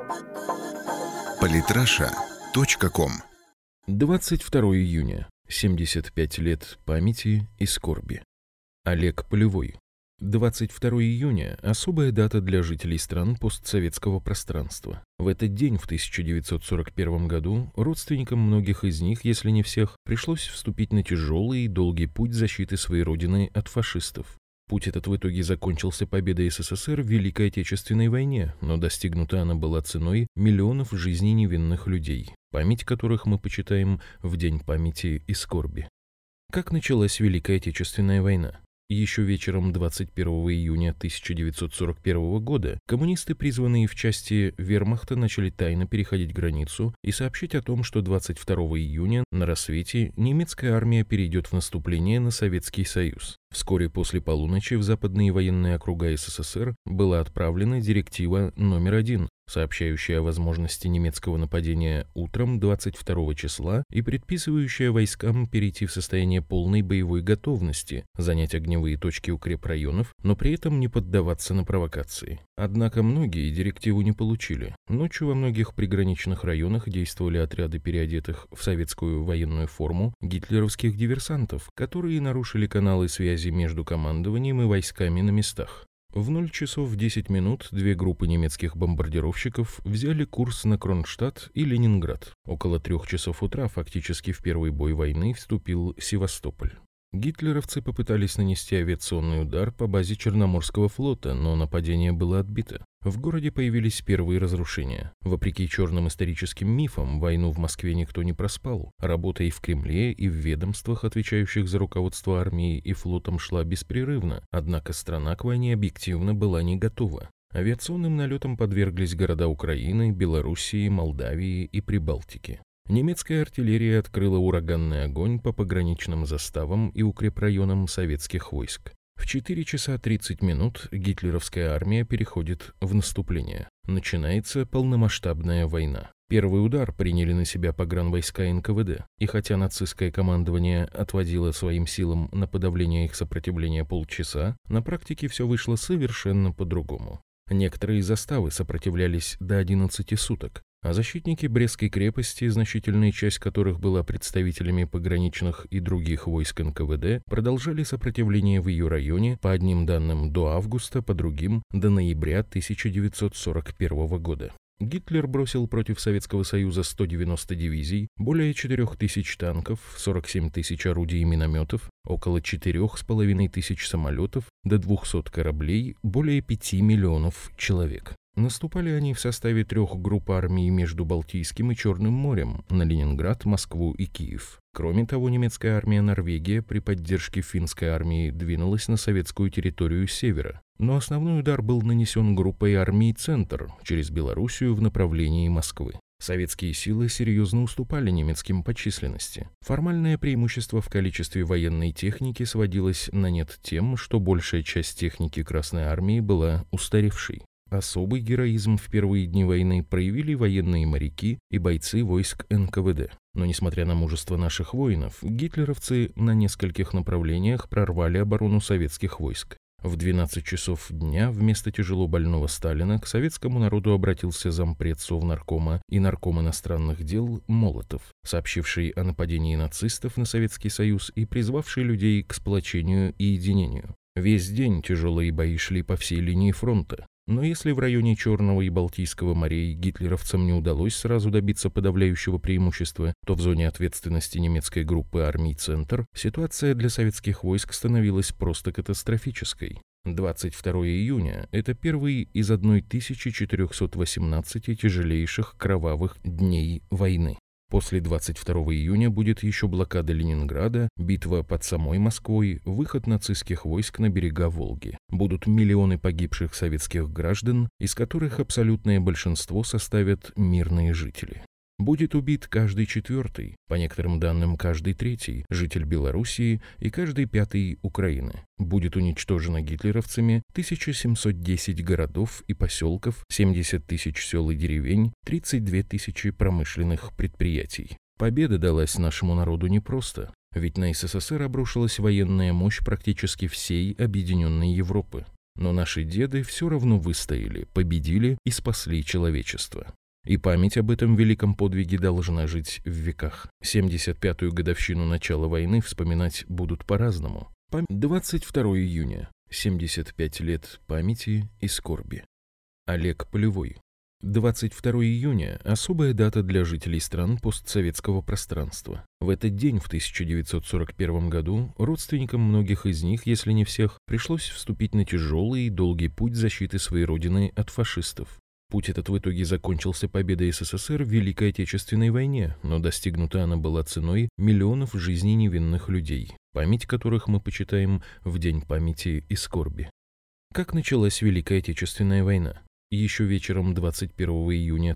Политраша.ком 22 июня. 75 лет памяти и скорби. Олег Полевой. 22 июня – особая дата для жителей стран постсоветского пространства. В этот день, в 1941 году, родственникам многих из них, если не всех, пришлось вступить на тяжелый и долгий путь защиты своей родины от фашистов. Путь этот в итоге закончился победой СССР в Великой Отечественной войне, но достигнута она была ценой миллионов жизней невинных людей, память которых мы почитаем в День памяти и скорби. Как началась Великая Отечественная война? Еще вечером 21 июня 1941 года коммунисты, призванные в части вермахта, начали тайно переходить границу и сообщить о том, что 22 июня на рассвете немецкая армия перейдет в наступление на Советский Союз. Вскоре после полуночи в западные военные округа СССР была отправлена директива номер 1, сообщающая о возможности немецкого нападения утром 22 числа и предписывающая войскам перейти в состояние полной боевой готовности, занять огневые точки укрепрайонов, но при этом не поддаваться на провокации. Однако многие директиву не получили. Ночью во многих приграничных районах действовали отряды переодетых в советскую военную форму гитлеровских диверсантов, которые нарушили каналы связи между командованием и войсками на местах. В 0 часов 10 минут две группы немецких бомбардировщиков взяли курс на Кронштадт и Ленинград. Около 3 часов утра фактически в первый бой войны вступил Севастополь. Гитлеровцы попытались нанести авиационный удар по базе Черноморского флота, но нападение было отбито. В городе появились первые разрушения. Вопреки черным историческим мифам, войну в Москве никто не проспал. Работа и в Кремле, и в ведомствах, отвечающих за руководство армией и флотом, шла беспрерывно, однако страна к войне объективно была не готова. Авиационным налетам подверглись города Украины, Белоруссии, Молдавии и Прибалтики. Немецкая артиллерия открыла ураганный огонь по пограничным заставам и укрепрайонам советских войск. В 4 часа 30 минут гитлеровская армия переходит в наступление. Начинается полномасштабная война. Первый удар приняли на себя погранвойска НКВД, и хотя нацистское командование отводило своим силам на подавление их сопротивления полчаса, на практике все вышло совершенно по-другому. Некоторые заставы сопротивлялись до 11 суток, а защитники Брестской крепости, значительная часть которых была представителями пограничных и других войск НКВД, продолжали сопротивление в ее районе, по одним данным до августа, по другим до ноября 1941 года. Гитлер бросил против Советского Союза 190 дивизий, более 4000 танков, 47 тысяч орудий и минометов, около 4500 самолетов, до 200 кораблей, более 5 миллионов человек. Наступали они в составе 3 групп армий между Балтийским и Черным морем на Ленинград, Москву и Киев. Кроме того, немецкая армия Норвегия при поддержке финской армии двинулась на советскую территорию с севера. Но основной удар был нанесен группой армий «Центр» через Белоруссию в направлении Москвы. Советские силы серьезно уступали немецким по численности. Формальное преимущество в количестве военной техники сводилось на нет тем, что большая часть техники Красной армии была устаревшей. Особый героизм в первые дни войны проявили военные моряки и бойцы войск НКВД. Но несмотря на мужество наших воинов, гитлеровцы на нескольких направлениях прорвали оборону советских войск. В 12 часов дня вместо тяжело больного Сталина к советскому народу обратился зампред Совнаркома и нарком иностранных дел Молотов, сообщивший о нападении нацистов на Советский Союз и призвавший людей к сплочению и единению. Весь день тяжелые бои шли по всей линии фронта. Но если в районе Черного и Балтийского морей гитлеровцам не удалось сразу добиться подавляющего преимущества, то в зоне ответственности немецкой группы армий «Центр» ситуация для советских войск становилась просто катастрофической. 22 июня – это первый из 1418 тяжелейших кровавых дней войны. После 22 июня будет еще блокада Ленинграда, битва под самой Москвой, выход нацистских войск на берега Волги. Будут миллионы погибших советских граждан, из которых абсолютное большинство составят мирные жители. Будет убит каждый 4-й, по некоторым данным каждый 3-й, житель Белоруссии и каждый 5-й Украины. Будет уничтожено гитлеровцами 1710 городов и поселков, 70 тысяч сел и деревень, 32 тысячи промышленных предприятий. Победа далась нашему народу непросто, ведь на СССР обрушилась военная мощь практически всей объединенной Европы. Но наши деды все равно выстояли, победили и спасли человечество. И память об этом великом подвиге должна жить в веках. 75-ю годовщину начала войны вспоминать будут по-разному. 22 июня. 75 лет памяти и скорби. Олег Полевой. 22 июня – особая дата для жителей стран постсоветского пространства. В этот день, в 1941 году, родственникам многих из них, если не всех, пришлось вступить на тяжелый и долгий путь защиты своей родины от фашистов. Путь этот в итоге закончился победой СССР в Великой Отечественной войне, но достигнута она была ценой миллионов жизней невинных людей, память которых мы почитаем в День памяти и скорби. Как началась Великая Отечественная война? Еще вечером 21 июня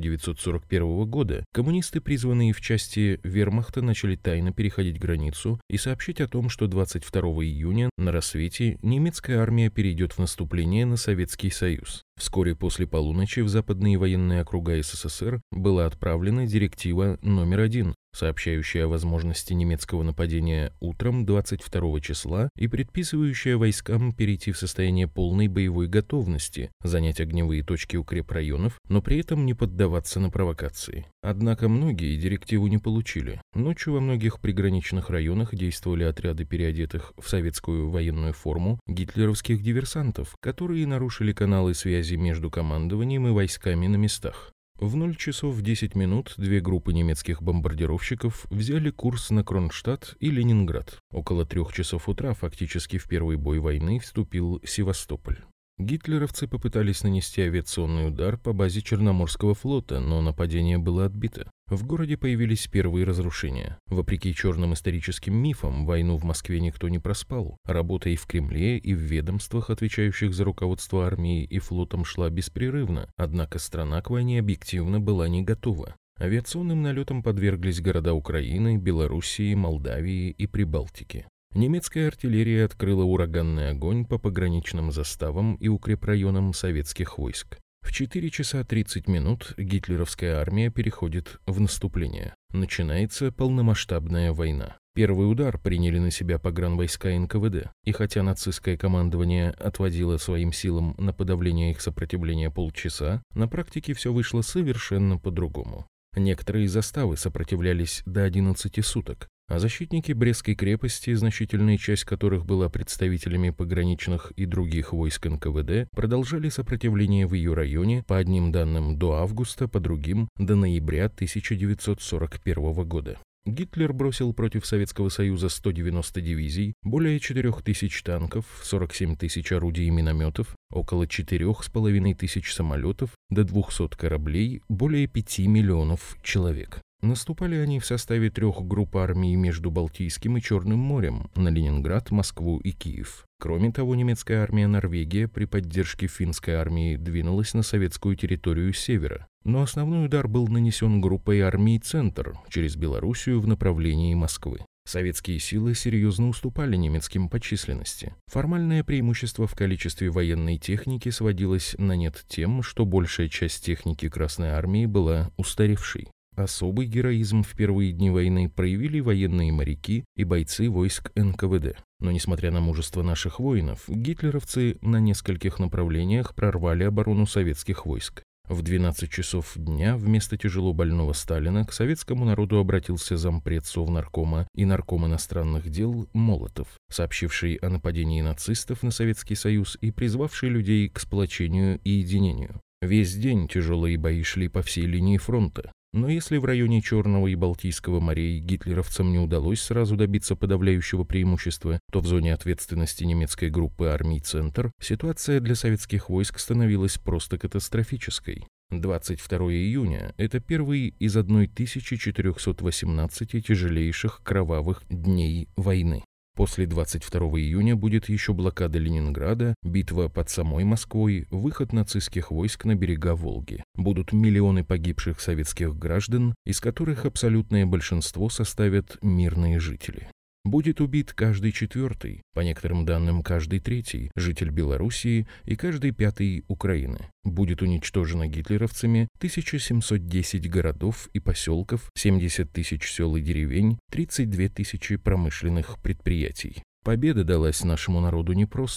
1941 года коммунисты, призванные в части вермахта, начали тайно переходить границу и сообщить о том, что 22 июня на рассвете немецкая армия перейдет в наступление на Советский Союз. Вскоре после полуночи в западные военные округа СССР была отправлена директива номер 1, сообщающая о возможности немецкого нападения утром 22 числа и предписывающая войскам перейти в состояние полной боевой готовности, занять огневые точки укрепрайонов, но при этом не поддаваться на провокации. Однако многие директиву не получили. Ночью во многих приграничных районах действовали отряды переодетых в советскую военную форму гитлеровских диверсантов, которые нарушили каналы связи между командованием и войсками на местах. В 0 часов 10 минут две группы немецких бомбардировщиков взяли курс на Кронштадт и Ленинград. Около 3 часов утра фактически в первый бой войны вступил Севастополь. Гитлеровцы попытались нанести авиационный удар по базе Черноморского флота, но нападение было отбито. В городе появились первые разрушения. Вопреки черным историческим мифам, войну в Москве никто не проспал. Работа и в Кремле, и в ведомствах, отвечающих за руководство армией и флотом, шла беспрерывно, однако страна к войне объективно была не готова. Авиационным налетам подверглись города Украины, Белоруссии, Молдавии и Прибалтики. Немецкая артиллерия открыла ураганный огонь по пограничным заставам и укрепрайонам советских войск. В 4 часа 30 минут гитлеровская армия переходит в наступление. Начинается полномасштабная война. Первый удар приняли на себя погранвойска НКВД, и хотя нацистское командование отводило своим силам на подавление их сопротивления полчаса, на практике все вышло совершенно по-другому. Некоторые заставы сопротивлялись до 11 суток, а защитники Брестской крепости, значительная часть которых была представителями пограничных и других войск НКВД, продолжали сопротивление в ее районе, по одним данным до августа, по другим до ноября 1941 года. Гитлер бросил против Советского Союза 190 дивизий, более 4000 танков, 47 тысяч орудий и минометов, около 4,5 тысяч самолетов, до 200 кораблей, более 5 миллионов человек. Наступали они в составе 3 групп армий между Балтийским и Черным морем на Ленинград, Москву и Киев. Кроме того, немецкая армия Норвегия при поддержке финской армии двинулась на советскую территорию с севера. Но основной удар был нанесен группой армий «Центр» через Белоруссию в направлении Москвы. Советские силы серьезно уступали немецким по численности. Формальное преимущество в количестве военной техники сводилось на нет тем, что большая часть техники Красной армии была устаревшей. Особый героизм в первые дни войны проявили военные моряки и бойцы войск НКВД. Но несмотря на мужество наших воинов, гитлеровцы на нескольких направлениях прорвали оборону советских войск. В 12 часов дня вместо тяжело больного Сталина к советскому народу обратился зампред Совнаркома и нарком иностранных дел Молотов, сообщивший о нападении нацистов на Советский Союз и призвавший людей к сплочению и единению. Весь день тяжелые бои шли по всей линии фронта. Но если в районе Черного и Балтийского морей гитлеровцам не удалось сразу добиться подавляющего преимущества, то в зоне ответственности немецкой группы армий «Центр» ситуация для советских войск становилась просто катастрофической. 22 июня – это первый из 1418 тяжелейших кровавых дней войны. После 22 июня будет еще блокада Ленинграда, битва под самой Москвой, выход нацистских войск на берега Волги. Будут миллионы погибших советских граждан, из которых абсолютное большинство составят мирные жители. Будет убит каждый 4-й, по некоторым данным каждый 3-й, житель Белоруссии и каждый 5-й Украины. Будет уничтожено гитлеровцами 1710 городов и поселков, 70 тысяч сел и деревень, 32 тысячи промышленных предприятий. Победа далась нашему народу непросто.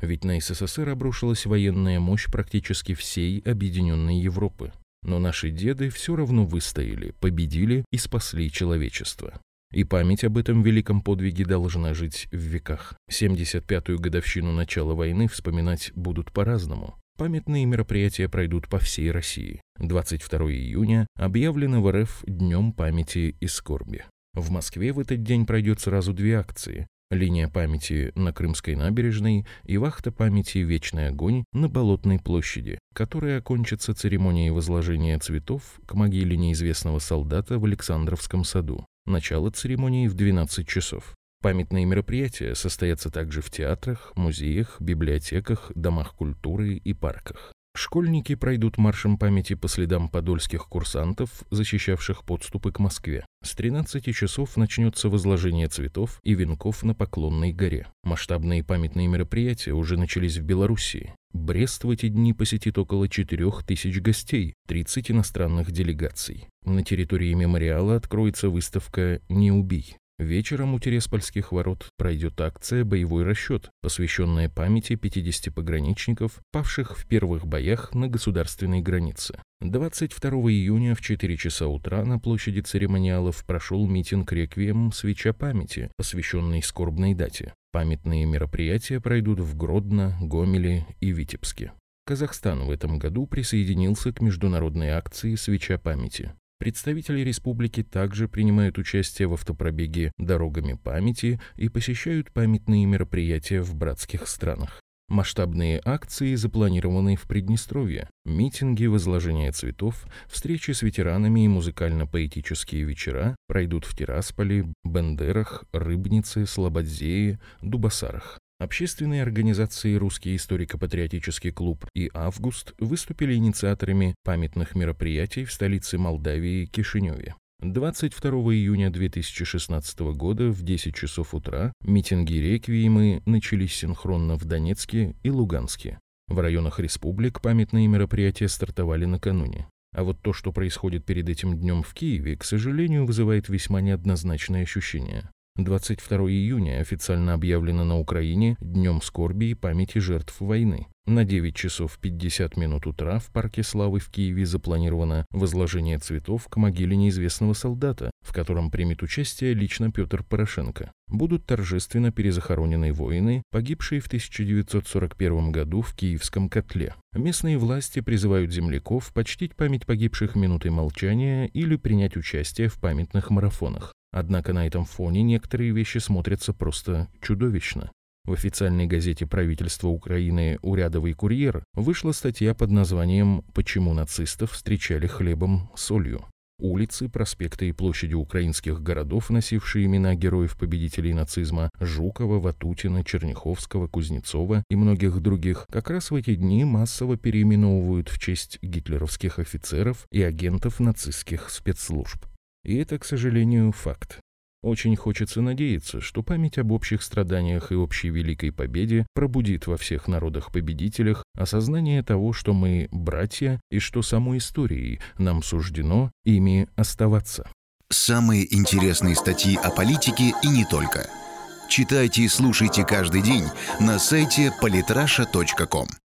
Ведь на СССР обрушилась военная мощь практически всей объединенной Европы. Но наши деды все равно выстояли, победили и спасли человечество. И память об этом великом подвиге должна жить в веках. 75-ю годовщину начала войны вспоминать будут по-разному. Памятные мероприятия пройдут по всей России. 22 июня объявлено в РФ Днем памяти и скорби. В Москве в этот день пройдет сразу 2 акции. Линия памяти на Крымской набережной и вахта памяти «Вечный огонь» на Болотной площади, которая окончится церемонией возложения цветов к могиле неизвестного солдата в Александровском саду. Начало церемонии в 12 часов. Памятные мероприятия состоятся также в театрах, музеях, библиотеках, домах культуры и парках. Школьники пройдут маршем памяти по следам подольских курсантов, защищавших подступы к Москве. С 13 часов начнется возложение цветов и венков на Поклонной горе. Масштабные памятные мероприятия уже начались в Белоруссии. Брест в эти дни посетит около 4000 гостей, 30 иностранных делегаций. На территории мемориала откроется выставка «Не убий». Вечером у Тереспольских ворот пройдет акция «Боевой расчет», посвященная памяти 50 пограничников, павших в первых боях на государственной границе. 22 июня в 4 часа утра на площади церемониалов прошел митинг-реквием «Свеча памяти», посвященный скорбной дате. Памятные мероприятия пройдут в Гродно, Гомеле и Витебске. Казахстан в этом году присоединился к международной акции «Свеча памяти». Представители республики также принимают участие в автопробеге «Дорогами памяти» и посещают памятные мероприятия в братских странах. Масштабные акции запланированы в Приднестровье. Митинги, возложение цветов, встречи с ветеранами и музыкально-поэтические вечера пройдут в Тирасполе, Бендерах, Рыбнице, Слободзее, Дубасарах. Общественные организации «Русский историко-патриотический клуб» и «Август» выступили инициаторами памятных мероприятий в столице Молдавии Кишиневе. 22 июня 2016 года в 10 часов утра митинги-реквиемы начались синхронно в Донецке и Луганске. В районах республик памятные мероприятия стартовали накануне. А вот то, что происходит перед этим днем в Киеве, к сожалению, вызывает весьма неоднозначные ощущения. 22 июня официально объявлено на Украине Днем скорби и памяти жертв войны. На 9 часов 50 минут утра в Парке Славы в Киеве запланировано возложение цветов к могиле неизвестного солдата, в котором примет участие лично Петр Порошенко. Будут торжественно перезахоронены воины, погибшие в 1941 году в Киевском котле. Местные власти призывают земляков почтить память погибших минутой молчания или принять участие в памятных марафонах. Однако на этом фоне некоторые вещи смотрятся просто чудовищно. В официальной газете правительства Украины «Урядовый курьер» вышла статья под названием «Почему нацистов встречали хлебом, солью». Улицы, проспекты и площади украинских городов, носившие имена героев-победителей нацизма Жукова, Ватутина, Черняховского, Кузнецова и многих других, как раз в эти дни массово переименовывают в честь гитлеровских офицеров и агентов нацистских спецслужб. И это, к сожалению, факт. Очень хочется надеяться, что память об общих страданиях и общей великой победе пробудит во всех народах-победителях осознание того, что мы братья и что самой историей нам суждено ими оставаться. Самые интересные статьи о политике и не только. Читайте и слушайте каждый день на сайте polytrasha.com.